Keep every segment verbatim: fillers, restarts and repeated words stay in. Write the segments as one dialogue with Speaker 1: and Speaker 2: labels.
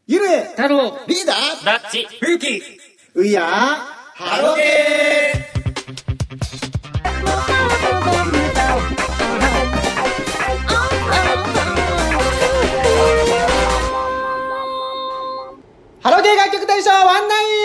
Speaker 1: ゆるえ
Speaker 2: 太郎
Speaker 1: リーダー
Speaker 2: ダッチ
Speaker 1: ふゆきういやハロゲー。ハロゲー楽曲大賞ワンナイ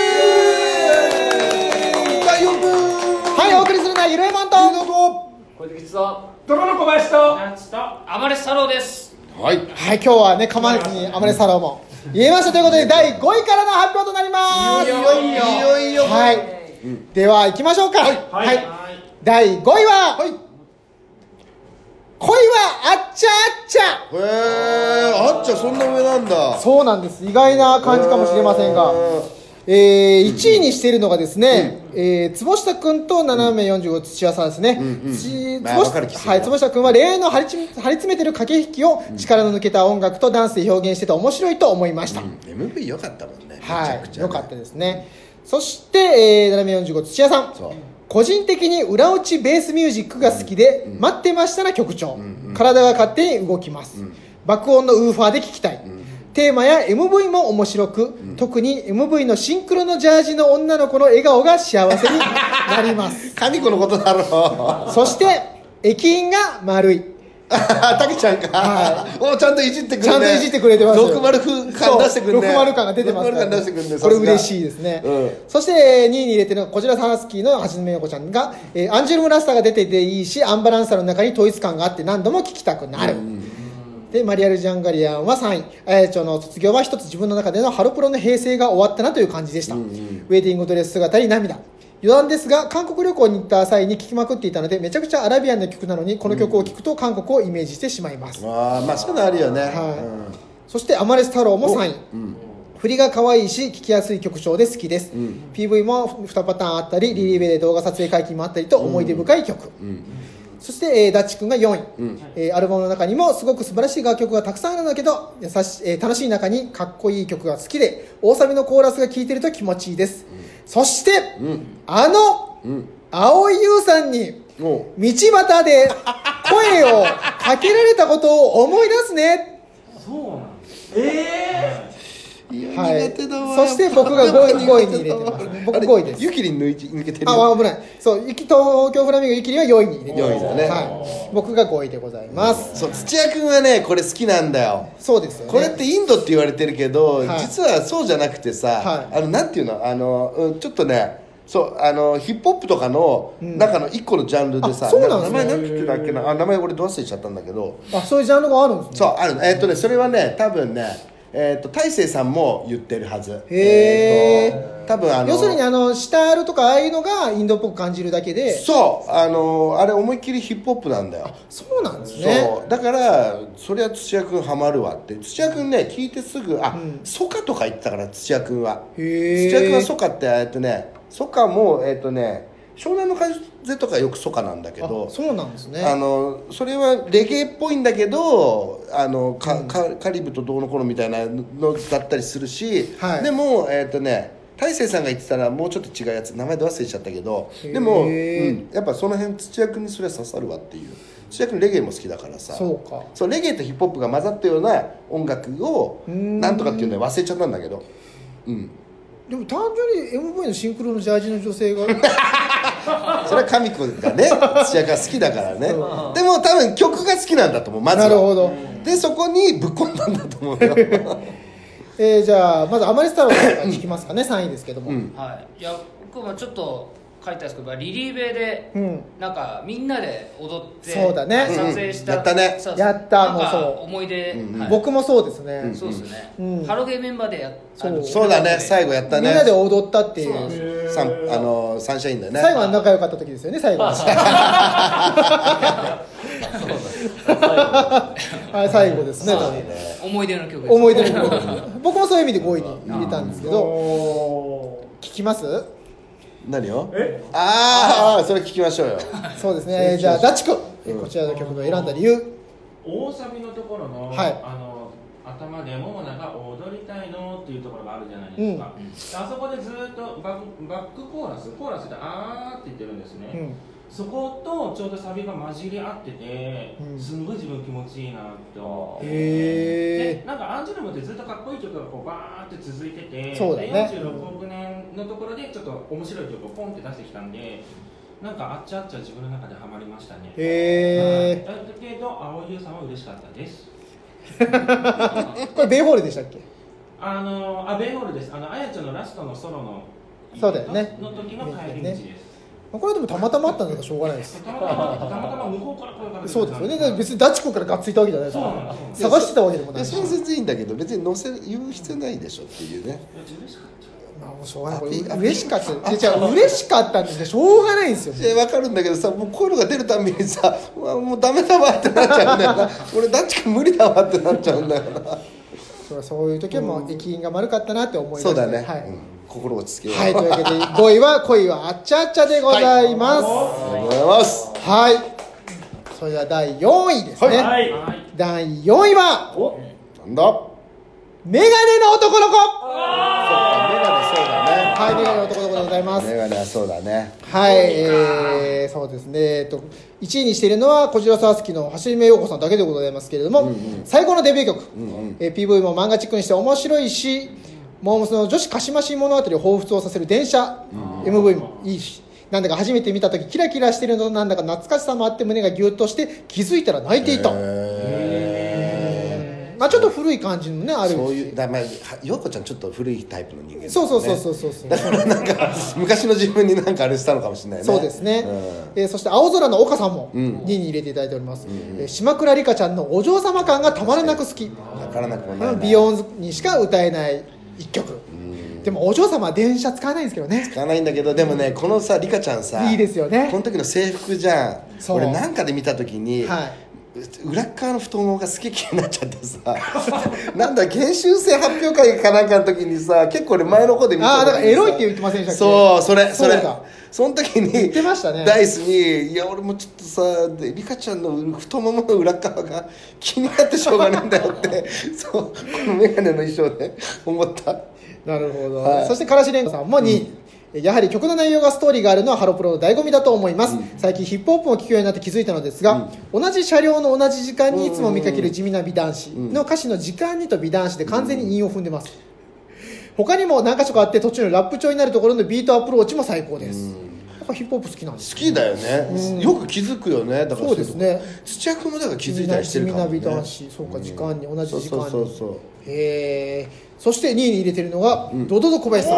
Speaker 1: ンだいよんぶん。はい、お送りするのはゆるえもんと
Speaker 2: 小池吉と
Speaker 3: ドロの小林と
Speaker 2: ダッチと暴れ太郎です。
Speaker 1: はい、はい、今日はね、構わずにアマレサロも言えましたということで、だいごいからの発表となります。
Speaker 3: いよいよいよいよ
Speaker 1: はい、うん、では行きましょうか。はい、
Speaker 3: はい
Speaker 1: はい、だいごいは、はい、恋はあっちゃあっちゃ。
Speaker 3: へー、あっちゃそんな上なんだ。
Speaker 1: そうなんです。意外な感じかもしれませんが、えー、いちいにしているのがですね、うん、えー、坪下くんと斜めよんじゅうご土屋さんですね。うんうん、つ
Speaker 3: まあ、
Speaker 1: はい、坪下くんは恋愛の張り張り詰めてる駆け引きを力の抜けた音楽とダンスで表現してて面白いと思いました。うん、
Speaker 3: エムブイ 良かったもんね。
Speaker 1: はい、
Speaker 3: めちゃくちゃ、ね、
Speaker 1: 良かったですね。そして、えー、斜めよんじゅうご土屋さん、個人的に裏打ちベースミュージックが好きで、うん、待ってましたな曲調、うんうん、体が勝手に動きます、うん、爆音のウーファーで聴きたい、うん、テーマや エムブイ も面白く、うん、特に エムブイ のシンクロのジャージの女の子の笑顔が幸せになります
Speaker 3: 神子のことだろう。
Speaker 1: そして駅員が丸い
Speaker 3: たけちゃんか、はい、おちゃんといじってくれ、ね、
Speaker 1: ちゃんといじってくれてますよ。
Speaker 3: ろくじゅう感出してくるね。
Speaker 1: ろくじゅう感が出てますから、ね、
Speaker 3: ろくじゅう感出してくるね。
Speaker 1: これ嬉しいですね、うん、そしてにいに入れてるのはこちらハスキーのはじめよこちゃんが、えー、アンジュルムラスターが出てていいし、アンバランサーの中に統一感があって何度も聴きたくなる、うん、でマリアル・ジャンガリアンはさんい、あやちょの卒業は一つ自分の中でのハロプロの平成が終わったなという感じでした、うんうん、ウェディングドレス姿に涙。余談ですが、韓国旅行に行った際に聴きまくっていたので、めちゃくちゃアラビアンな曲なのにこの曲を聴くと韓国をイメージしてしまいます、
Speaker 3: うん、あまあそういうのあるよね、はい、うん、
Speaker 1: そしてアマレス太郎もさんい、うん、振りが可愛いし聴きやすい曲調で好きです、うん、ピーブイ もにパターンあったり、リリーベで動画撮影解禁もあったりと思い出深い曲、うんうん、そして、えー、ダッチ君がよんい、うん、えー、アルバムの中にもすごく素晴らしい楽曲がたくさんあるんだけど、優し、えー、楽しい中にかっこいい曲が好きで、大サビのコーラスが聴いてると気持ちいいです、うん、そして、うん、あのうん、蒼井優さんに道端で声をかけられたことを思い出すね。
Speaker 2: そうなんです。え
Speaker 3: ーはい、苦手だわ。
Speaker 1: そして僕が ごい, ごいに入れてます、ね、僕ごいです。
Speaker 3: ゆきりん抜い抜けてる。
Speaker 1: あ、危ない。そう東京フラミンゴゆきりんはよいに入れてます。
Speaker 3: よんいだね、
Speaker 1: はい、僕がごいでございます。
Speaker 3: そう、土屋君はねこれ好きなんだよ。
Speaker 1: そうですよね。
Speaker 3: これってインドって言われてるけど、はい、実はそうじゃなくてさ、はい、あのなんていうの、あの、うん、ちょっとね、そうあのヒップホップとかの中の一個のジャンルでさ、うん、
Speaker 1: そうなんですね、
Speaker 3: 名前何て言ってたっけなあ、名前俺ど忘れちゃったんだけど、
Speaker 1: あ、そういうジャンルがあるんですね。
Speaker 3: そうある、えー、っとねそれはね多分ね、えー、っと大勢さんも言ってるはず。
Speaker 1: へえ、
Speaker 3: えー、多分あの
Speaker 1: 要するにあのシタールとかああいうのがインドっぽく感じるだけで、
Speaker 3: そうあのあれ思いっきりヒップホップなんだよ。
Speaker 1: あ、そうなんですね。
Speaker 3: そうだからそれは土屋君ハマるわって。土屋君ね聞いてすぐあ、うん、ソカとか言ってたから土屋君は。
Speaker 1: へえ、
Speaker 3: 土屋君はソカってえっとねソカもえっ、ー、とね湘南の風とかよくソカなんだけど、
Speaker 1: そうなんですね。
Speaker 3: あのそれはレゲエっぽいんだけど、あの カ,、うん、カ, カリブとどうのこうのみたいなのだったりするし、はい、でもえっ、ー、とね大勢さんが言ってたらもうちょっと違うやつ、名前で忘れちゃったけど、でも、うん、やっぱその辺土屋君にそれは刺さるわっていう。土屋君レゲエも好きだからさ、
Speaker 1: そうか、
Speaker 3: そうレゲエとヒップホップが混ざったような音楽をなんとかっていうのは忘れちゃったんだけど、うん、
Speaker 1: でも単純に エムブイ のシンクロのジャージの女性が
Speaker 3: それは神子がね土屋が好きだからね、でも多分曲が好きなんだと思う、まずは。
Speaker 1: なるほど。
Speaker 3: でそこにぶっ込んだんだと思うよ
Speaker 1: えー、じゃあまずアマリスタローから聞きますかねさんいですけども、うん、
Speaker 2: はい、いや僕もちょっと書いたんですけど、リリーベで、うん、なんかみんなで踊って
Speaker 1: そうだね、
Speaker 2: 撮影した、
Speaker 3: うん、やったね、
Speaker 1: そうそうやった、もう
Speaker 2: そう思い出、
Speaker 1: うんはい、僕もそうですね、うん、
Speaker 2: そうですね、うん、ハロゲーメンバーでやった、
Speaker 3: そうそうだね、最後やったね、
Speaker 1: みんなで踊ったっていう、
Speaker 3: サンあのサンシャインだよね。
Speaker 1: 最後は仲良かった時ですよね、最後ははい、最後ですね、
Speaker 2: 思い出の曲です。
Speaker 1: 思い出の曲僕もそういう意味でごいに入れたんですけど、聞きます？
Speaker 3: 何を？え？ああ、それ聞きましょうよ。
Speaker 1: そうですね。じゃあダッチ君、うん、こちらの曲の選んだ理由。
Speaker 4: 大サビのところの、
Speaker 1: はい、
Speaker 4: あの頭でももなが踊りたいのっていうところがあるじゃないですか。うん、あそこでずっとバックバックコーラス、コーラスであーって言ってるんですね。うん、 そことちょうどサビが混じり合ってて、うん、すんごい自分気持ちいいなって思って、でなんかアンジュルムってずっとかっこいい曲がこうバーって続いてて、
Speaker 1: そうだね、
Speaker 4: でよんじゅうろくおくねんのところでちょっと面白い曲をポンって出してきたんで、なんかあっちゃあっちゃ自分の中でハマりましたね。
Speaker 1: へー、
Speaker 4: だけど青井優さんは嬉しかったです。
Speaker 1: これベイホールでしたっけ？
Speaker 4: あのあベイホールです。あのあやちゃんのラストのソロの
Speaker 1: そうだよね
Speaker 4: の時の帰り道です。
Speaker 1: これでもたまたまあったんだからしょうがないです。
Speaker 4: たまたまたまたま向こうから声かけて
Speaker 1: そうですよね。別にダチ君からがっついたわけじゃないですから。探してたわけでもないし。
Speaker 3: それ全然いいんだけど別に載せ言う必要ないでしょっていうね。
Speaker 1: まあもうしょうがない。嬉しかった。じゃあ嬉しかったんでしょうがないんですよ。
Speaker 3: いや分かるんだけどさ、もうこういうのが出るたびにさ、もうダメだわってなっちゃうんだよな。俺ダチ君無理だわってなっちゃうんだよな。
Speaker 1: そういう時はもう駅員が丸かったなって思いました。
Speaker 3: そうだね。
Speaker 1: はい。
Speaker 3: 心落ち着けよう。
Speaker 1: はい、というわけでごいは恋はあっちゃあっちゃでございます。
Speaker 3: はい、ありがとうございます。
Speaker 1: はい。それではだいよんいですね。はい。だいよんいは
Speaker 3: お、なんだ。
Speaker 1: メガネの男の子。
Speaker 3: ああ、メガネそうだね。
Speaker 1: はい、メガネの男の子でございます。
Speaker 3: メガネはそうだね。
Speaker 1: はい、えー、そうですね。えっといちいにしているのはこちらサースキの橋目陽子さんだけでございますけれども、うんうん、最高のデビュー曲。うんうん、えー、ピーブイ も漫画チックにして面白いし。モームスの女子かしまし物語を彷彿をさせる電車 エムブイ もいいし、なんだか初めて見た時キラキラしてるのなんだか懐かしさもあって胸がギュッとして気づいたら泣いていた。まあちょっと古い感じのねあるし、
Speaker 3: そういうだ、まあ、陽子ちゃんちょっと古いタイプの人間だ、ね、
Speaker 1: そうそうそうそうそうそう
Speaker 3: だからなんか昔の自分になんかあれしたのかもしれないね。
Speaker 1: そうですね、うん、えー、そして青空の岡さんもにいに入れていただいております、うんうん、えー、島倉里香ちゃんのお嬢様感がたまらなく好き。
Speaker 3: わからなくもないな。
Speaker 1: ビヨーンズにしか歌えない一曲、うん、でもお嬢様は電車使わないんですけどね。
Speaker 3: 使わないんだけど、でもねこのさリカちゃんさ
Speaker 1: いいですよね。
Speaker 3: この時の制服じゃん。俺なんかで見た時に、はい、裏側の太ももが好き気になっちゃってさなんだ研修生発表会かなんかの時にさ結構俺前の方で見た時にさ、ああだから
Speaker 1: エロいって言ってませんでしたっけ。
Speaker 3: そうそれそれその時に
Speaker 1: 言ってましたね。
Speaker 3: ダイスにいや俺もちょっとさリカちゃんの太ももの裏側が気になってしょうがないんだよってそうこのメガネの衣装で思った。
Speaker 1: なるほど、はい、そしてからしれんこさんもにい、うん、やはり曲の内容がストーリーがあるのはハロプロの醍醐味だと思います、うん、最近ヒップホップを聴くようになって気づいたのですが、うん、同じ車両の同じ時間にいつも見かける地味な美男子の歌詞の時間にと美男子で完全に韻を踏んでます、うん、他にも何か所かあって途中のラップ調になるところのビートアプローチも最高です、うん、やっぱヒップホップ好きなんです、
Speaker 3: ね、好きだよね、うん、よく気づくよね。だから
Speaker 1: そうですね。
Speaker 3: 土屋君もだから気づいたりしてるかもね。
Speaker 1: 地味な美男子、そうか、時間に同じ時間に。
Speaker 3: そうそうそうそう。
Speaker 1: へえ。そしてにいに入れてるのが、うん、ドドド小林さん。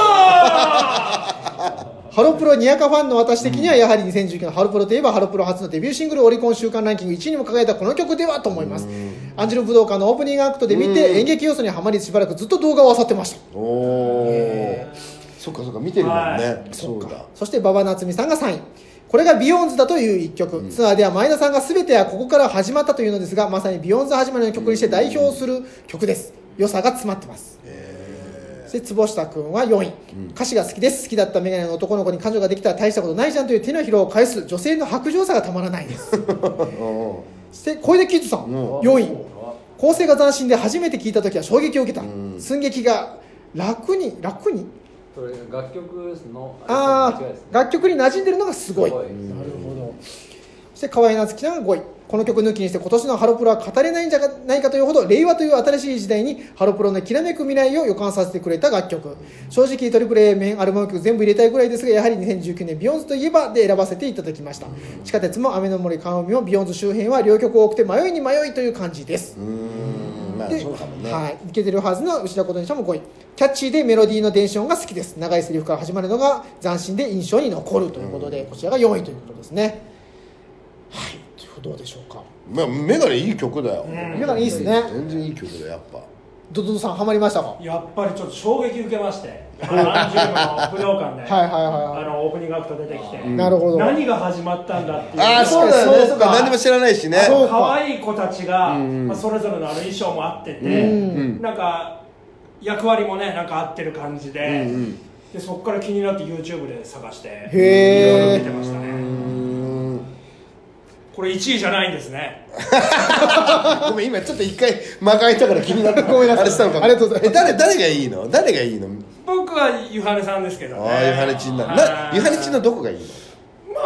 Speaker 1: ハロプロにわかファンの私的にはやはりにせんじゅうきゅうねんハロプロといえばハロプロ初のデビューシングルオリコン週間ランキングいちいにも輝いたこの曲ではと思います。アンジュル武道館のオープニングアクトで見て演劇要素にはまりしばらくずっと動画を漁ってました。
Speaker 3: おー、そっかそっか見てるもんね。
Speaker 1: そうだ。そして馬場夏美さんがさんい。これがビヨンズだという一曲、うん、ツアーでは前田さんが全てはここから始まったというのですが、まさにビヨンズ始まりの曲にして代表する曲です。良さが詰まってます。そして坪下君はよんい、うん、歌詞が好きです。好きだったメガネの男の子に彼女ができたら大したことないじゃんという手のひらを返す女性の薄情さがたまらないですそして小出キッズさん、うん、よんい、構成が斬新で初めて聞いた時は衝撃を受けた、うん、寸劇が楽に楽に
Speaker 5: それ楽曲の
Speaker 1: あ、ね、楽曲に馴染んでるのがすごい、すごい、なるほど。そして河合夏樹さんがごい。この曲抜きにして今年のハロプロは語れないんじゃないかというほど令和という新しい時代にハロプロのきらめく未来を予感させてくれた楽曲。正直トリプル A 面アルバム曲全部入れたいぐらいですが、やはりにせんじゅうきゅうねんビヨンズといえばで選ばせていただきました。地下鉄も雨の森川海もビヨンズ周辺は両曲多くて迷いに迷いという感じです。うーん、まあ、そうかもね。はい、イケてるはずの牛田琴音ちゃんもごい。キャッチーでメロディーの電子音が好きです。長いセリフから始まるのが斬新で印象に残るということで、こちらがよんいということですね。はい、どうでしょうか。
Speaker 3: まあ、メガネいい曲だよ、うん、
Speaker 1: メガネいいっすね。
Speaker 3: 全然いい曲だよ。やっぱ
Speaker 1: ドドドさんハマりましたか。
Speaker 6: やっぱりちょっと衝撃受けまして、アンジュルムの武道館ではいはい、はい、あのオープニングアクト出てきて、うん、
Speaker 1: なるほど、
Speaker 6: 何が始まったんだっていう。
Speaker 3: ああそうだよね。そうか、何も知らないしね。
Speaker 6: 可愛い子たちが、うんまあ、それぞれのあの衣装もあってて、うん、なんか役割もねなんか合ってる感じで、うんうん、でそこから気になって YouTube で探していろいろ見てましたね。これいちいじゃないんですね
Speaker 3: ごめん今ちょっと一回間が空いたから気になって
Speaker 1: ごめんなさい。
Speaker 3: あれしたのか。
Speaker 1: ありがとうございます。
Speaker 3: え誰誰がいいの。誰がいいの。
Speaker 6: 僕はゆはねさんですけどね。
Speaker 3: ああゆはねちんななゆはねちんのどこがいいの。
Speaker 6: まあ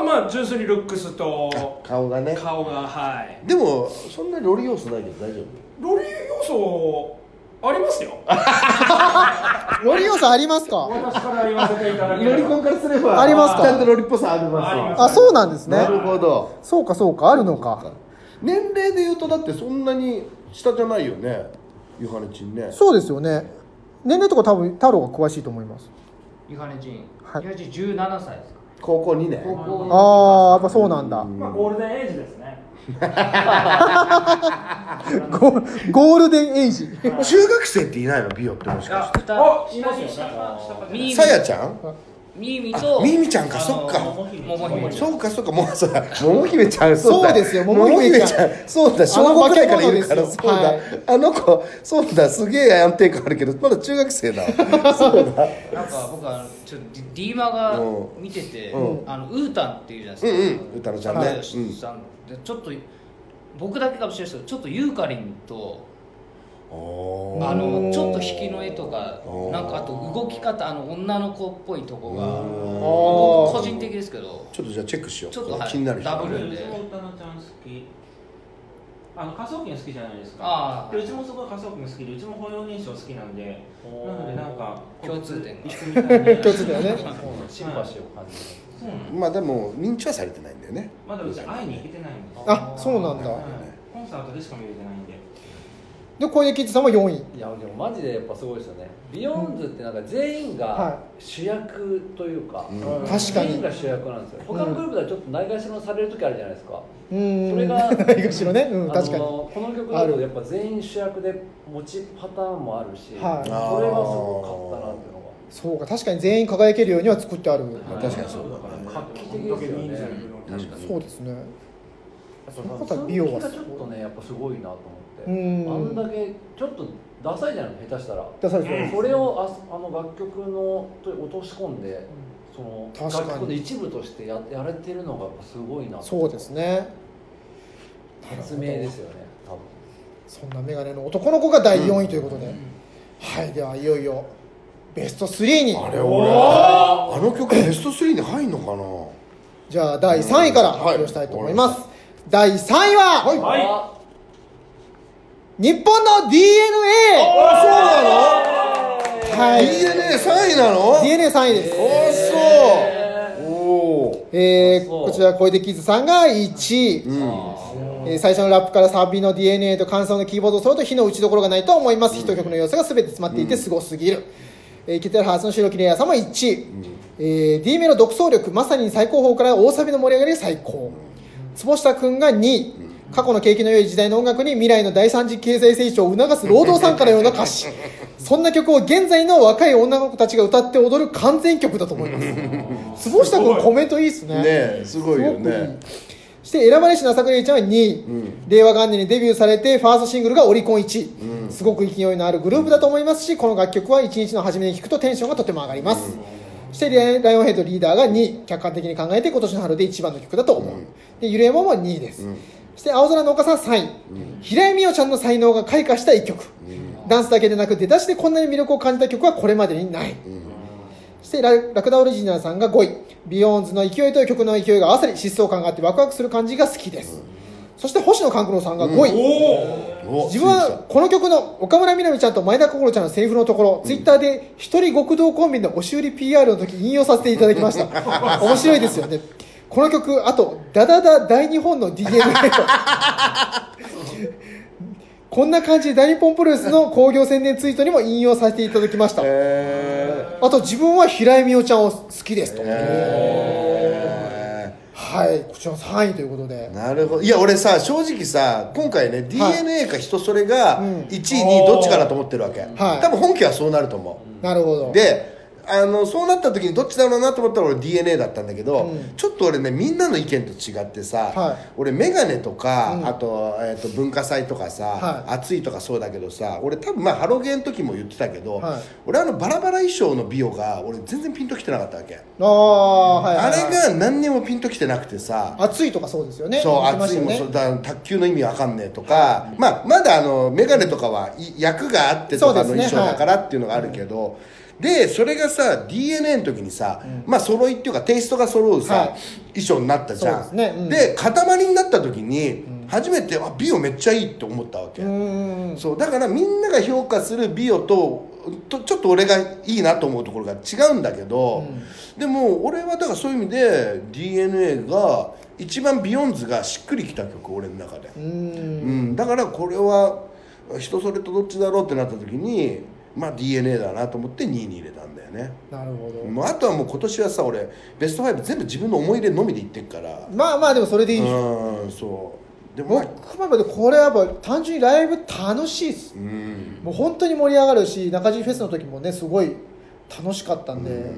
Speaker 6: あまあ純粋にルックスと
Speaker 3: 顔がね
Speaker 6: 顔がはい
Speaker 3: でもそんなロリ要素ないけど大丈
Speaker 6: 夫ロリ要素ありますよ
Speaker 1: ロリ要素ありますか
Speaker 6: 私から言わせていただけ
Speaker 3: ロリコンからすれば
Speaker 1: ありますか
Speaker 3: ちゃんとロリっぽさあります
Speaker 1: あそうなんですね
Speaker 3: なるほど
Speaker 1: そうかそうかあるのか
Speaker 3: 年齢で言うとだってそんなに下じゃないよねゆはねちんね
Speaker 1: そうですよね年齢とか多分太郎が詳しいと思います
Speaker 2: ゆはねちん
Speaker 1: はい、
Speaker 2: ゆはねちんじゅうななさいですか
Speaker 3: 高校にねん
Speaker 1: ああやっぱそうなんだ
Speaker 6: まあゴールデンエイジですね
Speaker 1: ゴゴールデンエイジ
Speaker 3: 中学生っていないの美容ってもしかして
Speaker 6: あいますよね
Speaker 3: さやちゃん
Speaker 2: みーみと
Speaker 3: みーみちゃんかそっか
Speaker 2: もも姫ちゃん
Speaker 3: そうかそうかもうそうだもも姫ちゃんそうだ
Speaker 1: そうですよもも姫ちゃん
Speaker 3: そうだ小学校くらいからいるから
Speaker 1: あの
Speaker 3: そうだ、
Speaker 1: はい
Speaker 3: あの子そうだすげえ安定感あるけどまだ中学生だそうだ
Speaker 2: なんか僕はちょっと D マが見てて、
Speaker 3: うん
Speaker 2: あのウータンっていうじゃないですか、
Speaker 3: うんうん歌のちゃんね、
Speaker 2: 吉田さんでちょっと僕だけかもしれないですけどちょっとユーカリンと
Speaker 3: うん
Speaker 2: あのちょっと引きの絵とか
Speaker 3: おー
Speaker 2: なんかあと動き方あの女の子っぽいとこが
Speaker 3: お
Speaker 2: 僕個人的ですけど
Speaker 3: ちょっとじゃあチェックしよう
Speaker 2: ちょっとはい
Speaker 3: 気になる人
Speaker 2: ダブル
Speaker 4: うちも歌のちゃん好きあの科捜研好きじゃないですか
Speaker 2: あー
Speaker 4: でうちもすごい科捜研好きでうちも歩容認証好きなんでなのでなんか
Speaker 2: 共通点が
Speaker 4: 一緒みたいな
Speaker 1: 共通点はね
Speaker 5: シンパシーを感じる
Speaker 4: そうなんです
Speaker 3: まあでも認知はされてないんだよね
Speaker 4: まだうち会いに行けてないんです
Speaker 1: あそうなんだ
Speaker 4: はいコンサートでしか見れてないんで
Speaker 1: で小出キッズさんはよんい
Speaker 5: いやでもマジでやっぱすごいですよねビヨンズってなんか全員
Speaker 1: は
Speaker 5: が主役というか、
Speaker 3: うん
Speaker 1: 確かに
Speaker 5: 全員が主役なんですよ他のグループではちょっとないがしろされる時あるじゃないですか、
Speaker 1: うーん
Speaker 5: それが
Speaker 1: ないがしろねうん
Speaker 5: あの
Speaker 1: 確かに
Speaker 5: この曲だとやっぱ全員主役で持ちパターンもあるし、
Speaker 1: はい
Speaker 5: それがすごかったなっていうのが
Speaker 1: そうか確かに全員輝けるようには作ってある
Speaker 3: まあ確かにそうだ
Speaker 5: 画期的ですよね。
Speaker 3: 確かに
Speaker 1: そうですねその
Speaker 5: そ
Speaker 1: ことは美容は
Speaker 5: がちょっとねやっぱすごいなと思って、
Speaker 1: うん
Speaker 5: あんだけちょっとダサいじゃない下手したら。
Speaker 1: ダサいです
Speaker 5: それをああの楽曲のと落とし込んで、その
Speaker 1: 確かに
Speaker 5: 楽曲の一部としてややれてるのがやっぱすごいなと。
Speaker 1: そうですね
Speaker 5: 発明ですよね多分。
Speaker 1: そんなメガネの男の子がだいよんいということで、はいではいよいよベストスリーに
Speaker 3: あれ俺あの曲ベストスリーに入んのかな
Speaker 1: じゃあだいさんいから発表したいと思います、だいさんいは、
Speaker 3: はい
Speaker 6: は
Speaker 1: 日本の ディーエヌエー
Speaker 3: あそうなの
Speaker 1: はい
Speaker 3: ディーエヌエーさんいなの
Speaker 1: ディーエヌエーさんいです、
Speaker 3: あそうおお
Speaker 1: えー、
Speaker 5: そう
Speaker 1: こちら小出キッズさんがいちい、
Speaker 3: うん
Speaker 1: えー最初のラップからサビの ディーエヌエー と感想のキーボードを揃うと火の打ちどころがないと思います、ヒット曲の要素が全て詰まっていてすごすぎる、えー、キテラハーツの白木レイヤーさんもいちい、えー、D メロ独奏力まさに最高峰から大サビの盛り上がりが最高、坪下くんがにい、過去の景気の良い時代の音楽に未来の第三次経済成長を促す労働参加のような歌詞そんな曲を現在の若い女の子たちが歌って踊る完全曲だと思います坪下くんコメントいいっすね
Speaker 3: ねえすごいよ
Speaker 1: すごくいい
Speaker 3: ね
Speaker 1: そして選ばれしなさくれいちゃんはにい、
Speaker 3: ん
Speaker 1: 令和元年にデビューされてファーストシングルがオリコンいちい、すごく勢いのあるグループだと思いますしこの楽曲はいちにちの初めに聴くとテンションがとても上がります、そしてライオンヘッドリーダーがにい、客観的に考えて今年の春で一番の曲だと思う、でゆるえももにいです、そして青空の岡さんさんい、平井美桜ちゃんの才能が開花したいっきょく、ダンスだけでなく出だしでこんなに魅力を感じた曲はこれまでにない、そしてララクダオリジナルさんがごい、ビヨーンズの勢いと曲の勢いが合わさり疾走感があってワクワクする感じが好きです、そして星野勘九郎さんがごい、
Speaker 3: お
Speaker 1: 自分はこの曲の岡村みなみちゃんと前田心ちゃんのセリフのところ、ツイッターで一人極道コンビの押し売り ピーアール の時引用させていただきました面白いですよねこの曲あとダダダ大日本の ディーエヌエー とこんな感じで大日本プロレスの興行宣伝ツイートにも引用させていただきました、
Speaker 3: え
Speaker 1: あと自分は平井美桜ちゃんを好きですと、
Speaker 3: ーえ
Speaker 1: はいこちらさんいということで
Speaker 3: ーなるほどいや俺さ正直さ今回ね ディーエヌエー か人それが
Speaker 1: うん
Speaker 3: いちいにいどっちかなと思ってるわけ、
Speaker 1: はい
Speaker 3: 多分本家はそうなると思う、
Speaker 1: なるほど
Speaker 3: であのそうなった時にどっちだろうなと思ったら俺 ディーエヌエー だったんだけど、
Speaker 1: うん
Speaker 3: ちょっと俺ねみんなの意見と違ってさ、
Speaker 1: はい
Speaker 3: 俺メガネとか、
Speaker 1: うん
Speaker 3: あと,、えー、と文化祭とかさ、
Speaker 1: はい
Speaker 3: 暑いとかそうだけどさ俺多分まあハロゲンの時も言ってたけど、
Speaker 1: はい
Speaker 3: 俺あのバラバラ衣装の美容が俺全然ピンときてなかったわけ、
Speaker 1: ああはいはい、はい、
Speaker 3: あれが何にもピンときてなくてさ
Speaker 1: 暑いとかそうですよね
Speaker 3: そう
Speaker 1: 言ってましたよね
Speaker 3: 暑いもそうだ卓球の意味わかんねえとか、まあ、まだあのメガネとかはい役があってとかの
Speaker 1: そうですね
Speaker 3: 衣装だからっていうのがあるけど、 でそれがさ ディーエヌエー の時にさ、うん、まあ揃いっていうかテイストが揃うさ、はい、衣装になったじゃん。そうですね、うん、で塊になった時に、うん、初めてあ美容めっちゃいいって思ったわけ。うんそうだからみんなが評価する美容ととちょっと俺がいいなと思うところが違うんだけど、うん、でも俺はだからそういう意味で ディーエヌエー が一番ビヨンズがしっくりきた曲俺の中で。うん、うん、だからこれは人それとどっちだろうってなった時にまあ ディーエヌエー だなと思ってにいに入れたんだよね。
Speaker 1: なるほど。
Speaker 3: もうあとはもう今年はさ俺ベストご全部自分の思い入れのみでいってるから。
Speaker 1: まあまあでもそれでいいでし
Speaker 3: ょ。うんそう
Speaker 1: でも僕までこれはやっぱ単純にライブ楽しいです、うん、もう本当に盛り上がるし中地フェスの時もねすごい楽しかったんで、うん、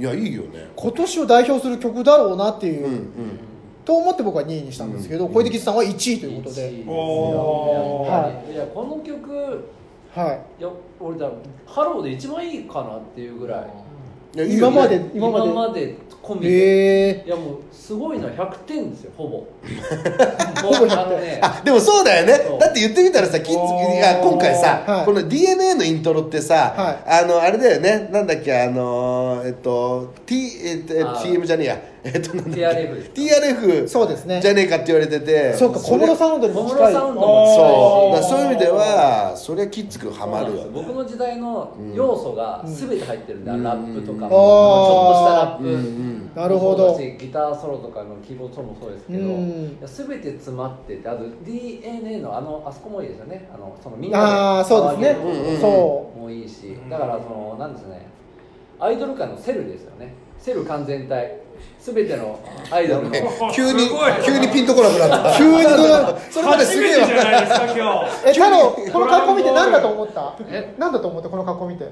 Speaker 3: いやいいよね
Speaker 1: 今年を代表する曲だろうなっていう、うんうん、と思って僕はにいにしたんですけど、うん、小出吉さんはいちいということで、うん、
Speaker 5: おはい、いやこの曲、はい、いや俺だハローで一番いいかなっていうぐらい
Speaker 1: いやいいよね、今まで
Speaker 5: 今まで今まで込みで、いやもうすごいのはひゃくてんですよほぼ
Speaker 1: ほぼひゃくてん、
Speaker 3: ね、あでもそうだよね。だって言ってみたらさキッズいや今回さ、はい、この ディーエヌエー のイントロってさ、はい、あのあれだよねなんだっけあのえっと T えっと ティーエム じゃねえやえっとなんだっけ
Speaker 5: ティーアールエフ
Speaker 3: ティーアールエフ
Speaker 1: そうですね
Speaker 3: じゃねえかって言われてて
Speaker 1: そうか小室サウンドに
Speaker 5: 近い小室サウンドも
Speaker 3: そうだそういう意味ではそれはキッズくハマるよね。
Speaker 5: 僕の時代の要素が全て入ってるんだ、うん、ラップとかも、うん、ちょっとしたラップ、うんうん
Speaker 1: なるほど
Speaker 5: ギターソロとかのキーボードソロもそうですけど、うん、全て詰まっててあと ディーエヌエー のあのあそこもいいですよね。あのそのみんなで
Speaker 1: そうですね、うんうん、そう
Speaker 5: もいいしだからそのなんですねアイドル界のセルですよね。セル完全体全てのアイドルの
Speaker 3: 急に急にピンとこなくなった
Speaker 1: 急に
Speaker 6: それまですげえじゃないですか今日
Speaker 1: え太郎この格好見て何だと思ったえ何だと思ったこの格好見て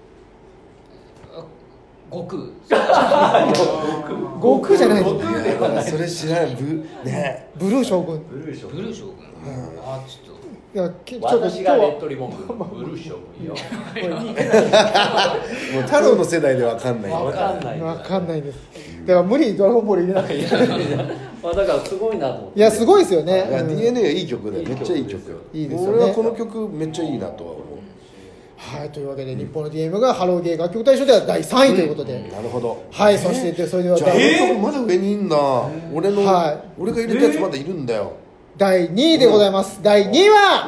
Speaker 2: 悟空
Speaker 1: 悟空じゃない
Speaker 3: 悟空ではないそれ知らないブ,、ね、
Speaker 1: ブルー将軍
Speaker 2: ブルー将軍、うん、あちょっと
Speaker 5: いやちょっと私がレッドリボンブルー将軍よ
Speaker 3: もう太郎の世代で分かんない
Speaker 5: 分かんない
Speaker 1: 分かんないですだから無理にドラゴンボール入れなきゃいけない
Speaker 5: だからすごいなと思って
Speaker 1: いやすごいですよね、
Speaker 3: うん、ディーエヌエー はいい曲だよめっちゃいい曲
Speaker 1: いいですよね。
Speaker 3: 俺はこの曲めっちゃいいなとは思う。
Speaker 1: はい、というわけで日本の ディーエム がハローゲー楽曲大賞ではだいさんいということで、
Speaker 3: うん、なるほど
Speaker 1: はいそしてそれでは
Speaker 3: じゃあ俺のまだ上にいんだ俺の、はい、俺が入れたやつまだいるんだよ。
Speaker 1: だいにいでございます、うん、だいにいは、うん、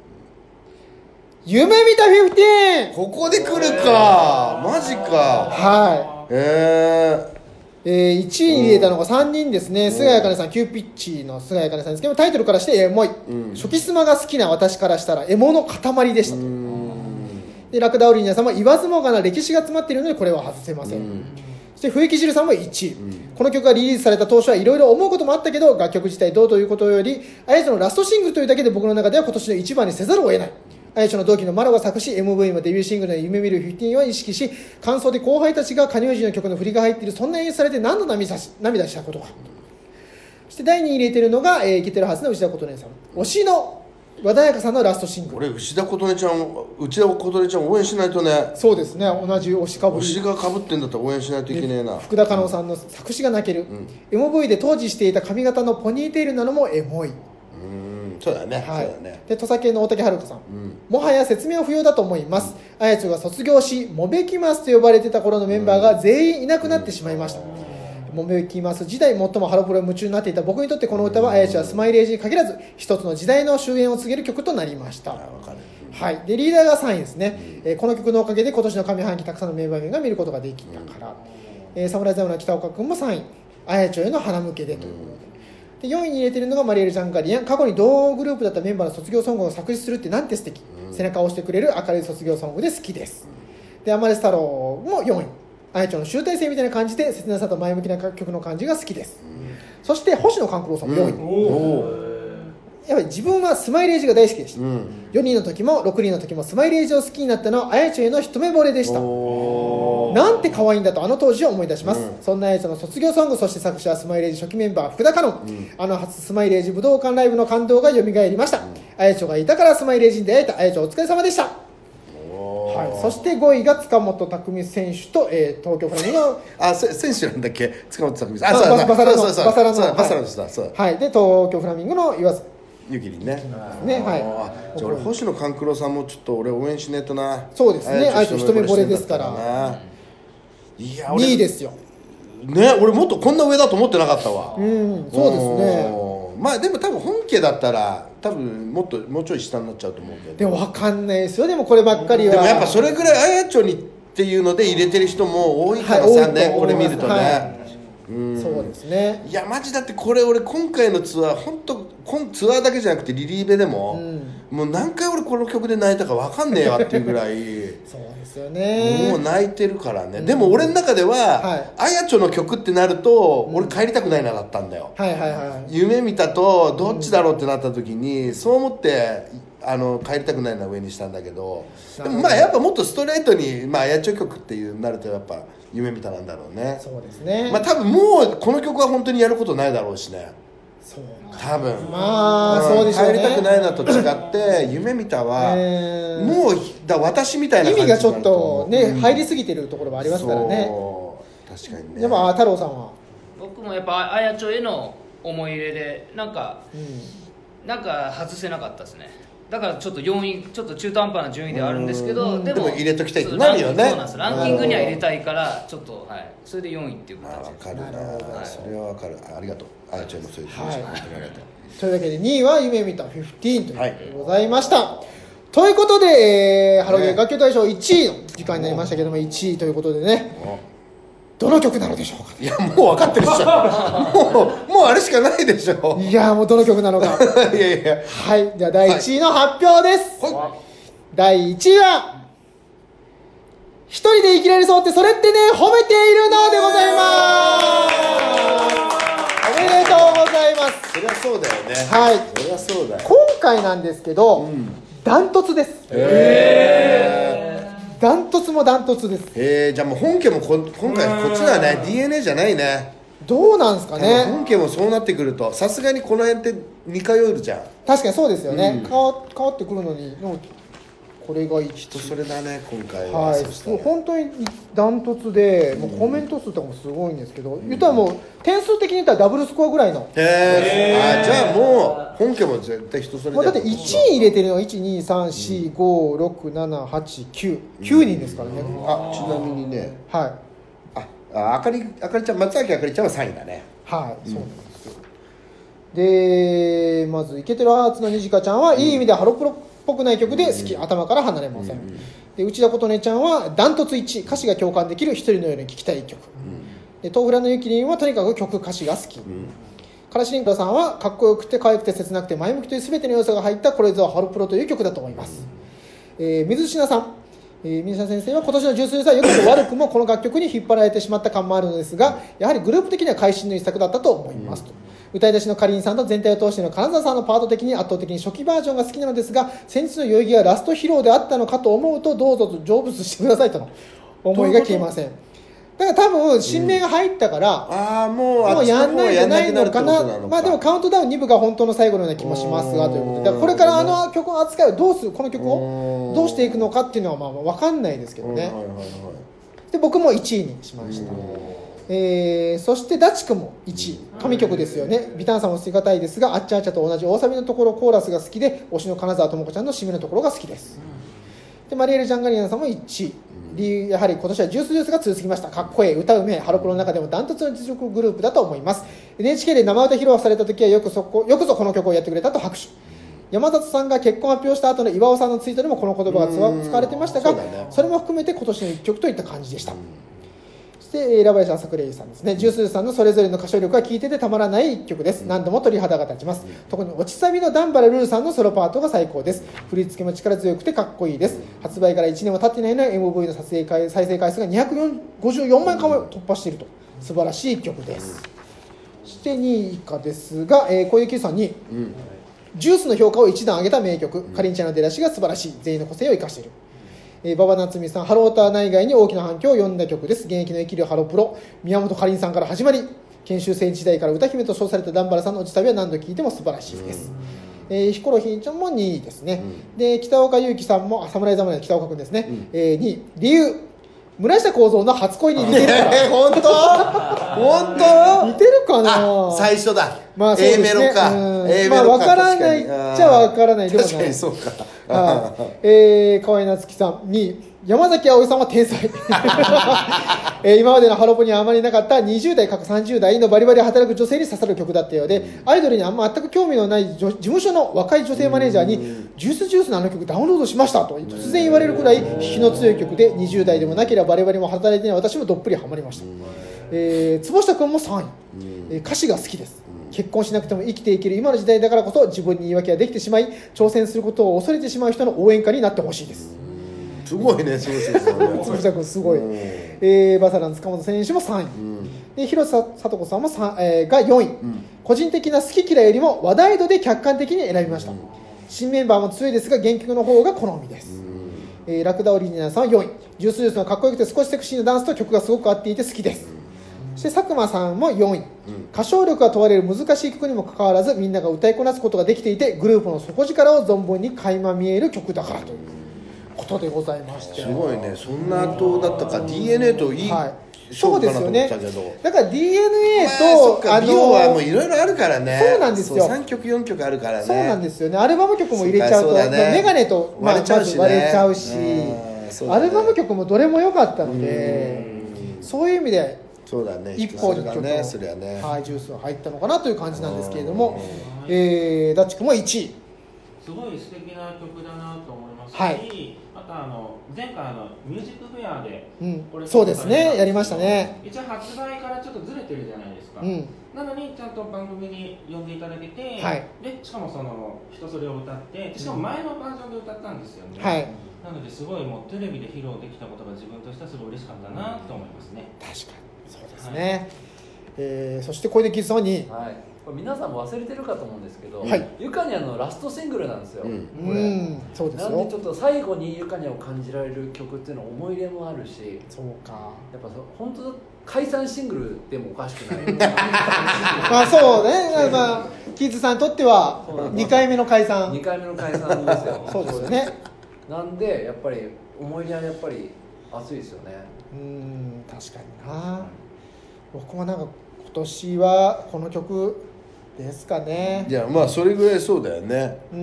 Speaker 1: 夢見たじゅうご
Speaker 3: ここで来るかマジか
Speaker 1: はい
Speaker 3: えー
Speaker 1: えー、いちいに入れたのがさんにんですね、うん、菅谷茜さん、キューピッチの菅谷茜さんですけどタイトルからしてエモい、うん、初期スマが好きな私からしたらエモの塊でしたと。でラクダオリーニャさんも言わずもがな歴史が詰まっているのでこれは外せません、うん、そして笛木汁さんもいちい、うん、この曲がリリースされた当初はいろいろ思うこともあったけど楽曲自体どうということよりあやちのラストシングルというだけで僕の中では今年の一番にせざるを得ない。あやちの同期のマロが作詞 エムブイ もデビューシングルの夢見るじゅうごを意識し感想で後輩たちが加入時の曲の振りが入っているそんな演出されて何度涙したことか。そしてだいにいに入れているのが、えー、イケてるはずの内田琴音さん推しの和田彩香さんのラストシングル。
Speaker 3: 俺内田琴音ちゃん内田琴音ちゃん応援しないとね。
Speaker 1: そうですね同じ推しかぶり
Speaker 3: 推しがかぶってんだったら応援しないといけねえな。
Speaker 1: 福田香音さんの作詞が泣ける、うん、エムブイ で当時していた髪型のポニーテールなのもエモい。
Speaker 3: うんそうだね、はい、そうだね。
Speaker 1: で土佐系の大竹遥さん、うん、もはや説明は不要だと思います、うん、あやちょが卒業しモベキマスと呼ばれてた頃のメンバーが全員いなくなってしまいました、うんモベキマス時代最もハロプロに夢中になっていた僕にとってこの歌はあやちはスマイレージに限らず一つの時代の終焉を告げる曲となりました。はい、でリーダーがさんいですね、うんえー、この曲のおかげで今年の上半期たくさんの名場面が見ることができたから、うんえー、侍ザムの北岡君もさんいあやちょへの花向けでということで、でよんいに入れているのがマリエル・ジャンガリアン。過去に同グループだったメンバーの卒業ソングを作詞するってなんて素敵、うん、背中を押してくれる明るい卒業ソングで好きです。でアマレス太郎もよんいあやちょの集大成みたいな感じで切なさと前向きな曲の感じが好きです、うん、そして星野勘九郎さんもよんい、うん、やっぱり自分はスマイレージが大好きでした、うん、よにんの時もろくにんの時もスマイレージを好きになったのはあやちょへの一目惚れでした。なんて可愛いんだとあの当時を思い出します、うん、そんなあやちょの卒業ソングそして作詞はスマイレージ初期メンバー福田香音、うん、あの初スマイレージ武道館ライブの感動が蘇りました、うん、あやちょがいたからスマイレージに出会えた。あやちょお疲れ様でした。はい、そしてごいが塚本拓選手と、えー、東京フラミンゴ
Speaker 3: あ選手なんだっけ塚本拓選手あ
Speaker 1: そうバサラの
Speaker 3: バサラのバサラの
Speaker 1: はい、はい、で東京フラミンゴの岩
Speaker 3: ゆきりんね
Speaker 1: ね、はい。
Speaker 3: じゃあ俺星野勘九郎さんもちょっと俺応援しねえとな。
Speaker 1: そうですね、あいつ一目惚れですから。
Speaker 3: いや
Speaker 1: にいですよ
Speaker 3: ね。俺もっとこんな上だと思ってなかったわ。
Speaker 1: うん、そうですね。
Speaker 3: まあでも多分本家だったら多分もっともうちょい下になっちゃうと思うけど。
Speaker 1: でも分かんないですよ。でもこればっかりは。
Speaker 3: でもやっぱそれぐらいあやちょにっていうので入れてる人も多いからさね、これ見るとね。はい
Speaker 1: うん、そうですね。
Speaker 3: いやマジだってこれ俺今回のツアー本当ツアーだけじゃなくてリリーベでも、うん、もう何回俺この曲で泣いたか分かんねえわっていうぐらい
Speaker 1: そうですよね。
Speaker 3: もう泣いてるからね、うん、でも俺の中では、はい、あやちょの曲ってなると、うん、俺帰りたくないなだったんだよ、
Speaker 1: はいはいはい、
Speaker 3: 夢見たとどっちだろうってなった時に、うん、そう思ってあの帰りたくないのは上にしたんだけど、でもまあやっぱもっとストレートに、まあ、あやちょ曲っていうなるとやっぱ夢見たなんだろうね。
Speaker 1: そうですね。
Speaker 3: まあ多分もうこの曲は本当にやることないだろうしね。
Speaker 1: そう
Speaker 3: 多分
Speaker 1: まあそうでしょうね。
Speaker 3: 帰りたくないなと違って夢見たは、えー、もうだ私みたいな
Speaker 1: 感じ意味がちょっとね、うん、入りすぎてるところもありますからね。
Speaker 3: そう確かにね。
Speaker 1: やっぱ太郎さんは
Speaker 2: 僕もやっぱあやちょへの思い入れでなんか、うん、なんか外せなかったですね。だからちょっとよんいちょっと中途半端な順位ではあるんですけど、で も,
Speaker 3: でも入れときたいってなるよね。
Speaker 2: そうなんです。ランキングには入れたいからちょっと、はい、それでよんいっていう形です。
Speaker 3: 分かるな、はい、それは分かる。ありがとうあやちゃんもそういう気持ち、はい、本当にありがとう。
Speaker 1: というわけでにいは夢見たじゅうごということでございました、はい、ということで、えー、ハロゲー楽曲大賞いちいの時間になりましたけども、いちいということでね、どの曲なのでしょうか。
Speaker 3: いやもう分かってるでしょもう、もうあれしかないでしょ。
Speaker 1: いやもうどの曲なのか
Speaker 3: いやいや、
Speaker 1: はい、ではだいいちいの発表です、はい、だいいちいは一人で生きられそうってそれってね褒めているのでございますおめでとうございます。
Speaker 3: そりゃそうだよね。
Speaker 1: はい、
Speaker 3: そりゃそうだよ。
Speaker 1: 今回なんですけど、うん、ダントツです。
Speaker 3: へー、
Speaker 1: ダントツもダントツです。
Speaker 3: へー、じゃあもう本家もこ今回こっちだね。 ディーエヌエー じゃないね。
Speaker 1: どうなんですかね。
Speaker 3: 本家もそうなってくるとさすがにこの辺って似通えるじゃん。
Speaker 1: 確かにそうですよね、うん、変わ、変わってくるのにこれが
Speaker 3: 人それだね今回は。はい、
Speaker 1: そう本当にダントツで、うん、もうコメント数とかもすごいんですけど、うん、言ったらもう点数的に言ったらダブルスコアぐらいの。
Speaker 3: へえ。あ、じゃあもう本家も絶対人それだよ。
Speaker 1: だっていちい入れてるのがいち、に、さん、よん、ご、ろく、なな、はち、きゅう、きゅうにんですからね、うん、
Speaker 3: あ、ちなみにね、
Speaker 1: はい、
Speaker 3: あ、あかり、あかりちゃん、松崎あかりちゃんはさんいだね。
Speaker 1: はい、うん、そうなんですよ。でまずイケてるハーツのにじかちゃんは、うん、いい意味でハロプロっぽくない曲で好き、うん、頭から離れません、うん、で内田琴音ちゃんはダントツいちい、歌詞が共感できる一人のように聴きたい曲、うん、で豆腐ラのゆきりんはとにかく曲歌詞が好き、うん、からしりんこさんはかっこよくて可愛くて切なくて前向きという全ての要素が入ったこれぞハロプロという曲だと思います、うん、えー、水品さん、えー、水品先生は今年のジュースユーザーは良くも悪くもこの楽曲に引っ張られてしまった感もあるのですが、やはりグループ的には会心の一作だったと思いますと、うん、歌い出しのかりんさんと全体を通しての金沢さんのパート的に圧倒的に初期バージョンが好きなのですが、先日の代々木がラスト披露であったのかと思うとどうぞと成仏してくださいとの思いが消えません。だから多分新名が入ったから、
Speaker 3: うん、あもう
Speaker 1: もうやんないんじゃないのかな。まあでもカウントダウンに部が本当の最後のような気もしますがということで、だからこれからあの曲の扱いをどうする、この曲をどうしていくのかっていうのはまあ分かんないですけどね、はいはいはい、で僕もいちいにしました。えー、そしてダチ君もいちい、神曲ですよね。ビタンさんも捨てがたいですが、あっちゃあっちゃと同じ大サビのところコーラスが好きで、推しの金沢智子ちゃんの締めのところが好きです。でマリエル・ジャンガリアンさんもいちい、理由やはり今年はジュースジュースが続きました。かっこいい、歌うめえ、ハロプロの中でもダントツの実力グループだと思います。 エヌエイチケー で生歌披露された時はよくそこよくぞこの曲をやってくれたと拍手。山里さんが結婚発表した後の岩尾さんのツイートでもこの言葉が使われてましたが、 そ,、ね、それも含めて今年の一曲といった感じでした。そしてラバヤシ朝倉さんですね、ジュースさんのそれぞれの歌唱力が聴いててたまらない一曲です。何度も鳥肌が立ちます。特に落ちサビのダンバラルーさんのソロパートが最高です。振り付けも力強くてかっこいいです。発売からいちねんも経っていないのに エムブイ の撮影回再生回数がにひゃくごじゅうよんまんかいを突破していると素晴らしい曲です。そしてにい以下ですが、えー、小池さんに、うん、ジュースの評価を一段上げた名曲、かりんちゃんの出だしが素晴らしい、全員の個性を生かしている。えー、馬場夏美さん、ハローター内外に大きな反響を呼んだ曲です。現役の生きるハロプロ、宮本かりんさんから始まり、研修生時代から歌姫と称されたダンバラさんの落ち旅は何度聴いても素晴らしいです。うん、えー、ヒコロヒーちゃんもにいですね。うん、で北岡裕樹さんも侍侍の北岡君ですね、うん、えー、にい、理由、 村下幸三の初恋に似てるから
Speaker 3: えー、本当本当
Speaker 1: 似てるかな。
Speaker 3: 最初だ、
Speaker 1: まあそうですね、
Speaker 3: A メロか、
Speaker 1: うん、
Speaker 3: A メロか、
Speaker 1: まあ分からないっちゃ分からないでもない。
Speaker 3: 確かにそうか。
Speaker 1: はい、えー、河合夏樹さんに山崎あおいさんは天才、えー、今までのハロプにはあまりなかったにじゅう代からさんじゅう代のバリバリ働く女性に刺さる曲だったようで、うん、アイドルにあんま全く興味のない事務所の若い女性マネージャーに、うん、ジュースジュースのあの曲ダウンロードしましたと突然言われるくらい引きの強い曲で、にじゅう代でもなければバリバリも働いてない私もどっぷりハマりました、うん、えー、坪下君もさんい、うん、えー、歌詞が好きです。結婚しなくても生きていける今の時代だからこそ自分に言い訳ができてしまい挑戦することを恐れてしまう人の応援歌になってほしいです。
Speaker 3: すごいね、すごい
Speaker 1: 坪下君すごい、えー、バサラの塚本選手もさんい、うん、で広瀬さと子さんもさん、えー、がよんい、うん、個人的な好き嫌いよりも話題度で客観的に選びました、うん、新メンバーも強いですが原曲の方が好みです、うん、えー、ラクダオリジナルさんはよんい、ジュースジュースのかっこよくて少しセクシーなダンスと曲がすごく合っていて好きです、うん、そして佐久間さんもよんい、うん、歌唱力が問われる難しい曲にもかかわらずみんなが歌いこなすことができていてグループの底力を存分に垣間見える曲だからということでございまして、
Speaker 3: すごいね、そんな後だったか。 ディーエヌエー といい、はい、
Speaker 1: そうですよね。だから ディーエヌエー と、
Speaker 3: まあ、あのビオはもういろいろあるからね。
Speaker 1: そうなんですよ。
Speaker 3: さんきょくよんきょくあるからね。
Speaker 1: そうなんですよね。アルバム曲も入れちゃうと、う、ね、メガネと、まあ、割れちゃうし、ね、割れちゃうし、ね、アルバム曲もどれも良かったので、そういう意味で
Speaker 3: そうだね、
Speaker 1: 一本に曲の、
Speaker 3: ねそれはね、
Speaker 1: はい、ジュースが入ったのかなという感じなんですけれども、えー、ダッチ君もいちい。
Speaker 4: すごい素敵な曲だなと思いますし、
Speaker 1: はい、
Speaker 4: あとあの前回のミュージックフェアで、
Speaker 1: うん、これそうですね、やりましたね。
Speaker 4: 一応発売からちょっとずれてるじゃないですか、うん、なのにちゃんと番組に呼んでいただけて、はい、でしかもその人それを歌ってしかも前のバージョンで歌ったんですよね、はい、なのですごいもうテレビで披露できたことが自分としてはすごい嬉しかったなと思いますね。
Speaker 1: 確かにそうですね、はい、えー、そして小出キッズさんに、
Speaker 5: はい、これ皆さんも忘れてるかと思うんですけど、はい、ユカニャンのラストシングルなんですよ、うん、これ、うん、そうですよ。なんでちょっと最後にユカニャンを感じられる曲っていうのは思い入れもあるし、
Speaker 1: そうか、
Speaker 5: やっぱ本当解散シングルでもおかしくない
Speaker 1: まあそうね、まあ、キッズさんにとってはにかいめの解散
Speaker 5: にかいめの解散ですよ
Speaker 1: そうですよね。
Speaker 5: なんでやっぱり思い入れはやっぱり熱いですよね。
Speaker 1: うん、確かにな、うん、僕もなんか今年はこの曲ですかね。
Speaker 3: いやまあそれぐらいそうだよね。
Speaker 1: うん、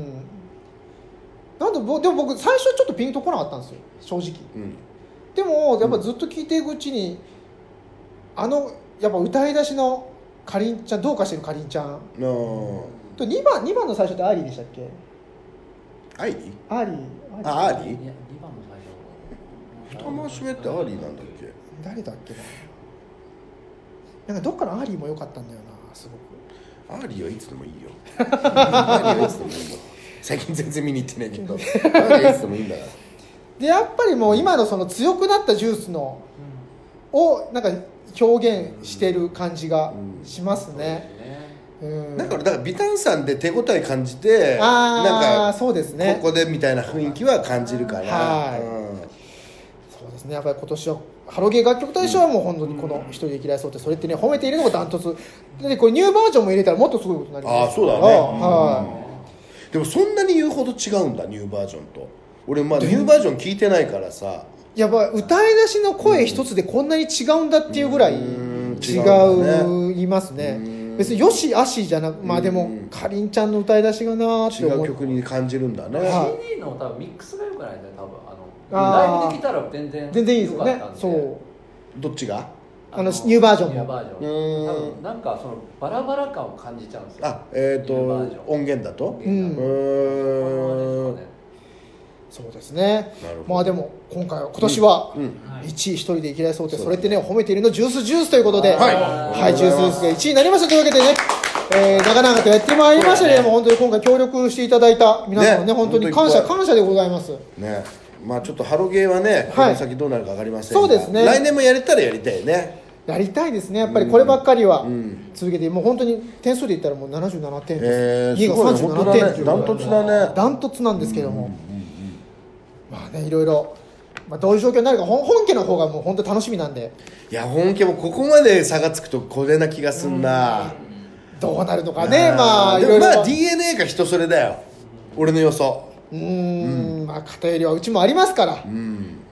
Speaker 1: なんででも僕最初はちょっとピンとこなかったんですよ正直、うん、でもやっぱずっと聴いていくうちに、あのやっぱ歌い出しのかりんちゃん、どうかしてるかりんちゃんとにばんにばんの最初ってアーリーでしたっけ。
Speaker 3: アイリー
Speaker 1: アーリー
Speaker 3: あアーリー、いやに
Speaker 5: ばんの最初
Speaker 3: 二回し目ってアーリーなんだっけ。
Speaker 1: 誰だっけな、なんかどっからアーリーも良かったんだよな、すご
Speaker 3: く。アーリーはいつでもいいよアーリーはいつでもいいよ最近全然見に行ってないけどアーリーはいつでもいいんだから。
Speaker 1: でやっぱりもう今のその強くなったジュースの、うん、をなんか表現してる感じがしますね、うんうんうん、
Speaker 3: なんかだからビタンさんで手応え感じて、
Speaker 1: あ
Speaker 3: なんか
Speaker 1: そうですね、
Speaker 3: ここでみたいな雰囲気は感じるから、
Speaker 1: はい、うん、そうですね。やっぱり今年はハロゲー楽曲大賞はもう本当にこの一人で嫌いそうって、それってね褒めているのがダントツで、これニューバージョンも入れたらもっとすごいことになりますから。
Speaker 3: ああそうだね、はい、でもそんなに言うほど違うんだニューバージョンと。俺まあニューバージョン聞いてないからさ、
Speaker 1: やっぱ歌い出しの声一つでこんなに違うんだっていうぐらい違いますね。別によしあしじゃなく、まあでもかりんちゃんの歌い出しがなーって思う、
Speaker 3: 違う曲に感じるんだね。
Speaker 5: シーディー の多分ミックスが良くないね、多分あのライブできたら全然
Speaker 1: 全然いいですよね。そう
Speaker 3: どっちが
Speaker 1: あのニューバージョンも
Speaker 5: ニューバージョン多分なんかそのバラバラ感を感じちゃうんですよ。
Speaker 3: あ、えーと音源だと、
Speaker 1: うん、うーん、そうですね。まあでも今回は今年はいちい一人で嫌いそうって、それってね褒めているのジュースジュースということで、はい、はい、ジュースジュースがいちいになりましたというわけでね、えー、長々とやってまいりましたけども、本当に今回協力していただいた皆さんね、ね、本当に感謝感謝でございます
Speaker 3: ね。まあちょっとハロゲーはね、この先どうなるか分かりませんが、
Speaker 1: そうですね、
Speaker 3: 来年もやれたらやりたいね。
Speaker 1: やりたいですね。やっぱりこればっかりは続けて、もう本当に点数で言ったらもうななじゅうななてんです、えー、にいがさんじゅうななてん、ね、
Speaker 3: ダントツだね。
Speaker 1: ダントツなんですけども、まあね、いろいろ、まあ、どういう状況になるか 本, 本家の方がもう本当楽しみなんで。
Speaker 3: いや本家もここまで差がつくとこれな気がすんな。
Speaker 1: どうなるのかね。まあ
Speaker 3: でもまあ ディーエヌエー が人それだよ、俺の予想。
Speaker 1: うーん、うん、まあ偏りはうちもありますから、うん、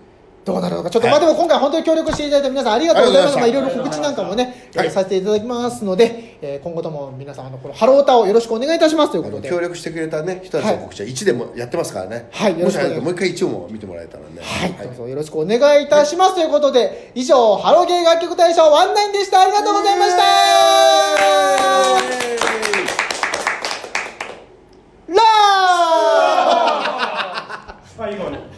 Speaker 1: どうなるのかちょっと、はい、まあでも今回本当に協力していただいた皆さんありがとうございます。まあいろいろ告知なんかもね、はい、させていただきますので、えー、今後とも皆さんあのこのハロータをよろしくお願いいたしますということで、
Speaker 3: 協力してくれたね人たちの告知はいちでもやってますからね。はい、よろしくお願いします。もう一回いちをも見てもらえたらね。
Speaker 1: はい、はい、どうぞよろしくお願いいたします、はい、ということで以上ハロゲー楽曲大賞ワンナインでした。ありがとうございました。ラー最後に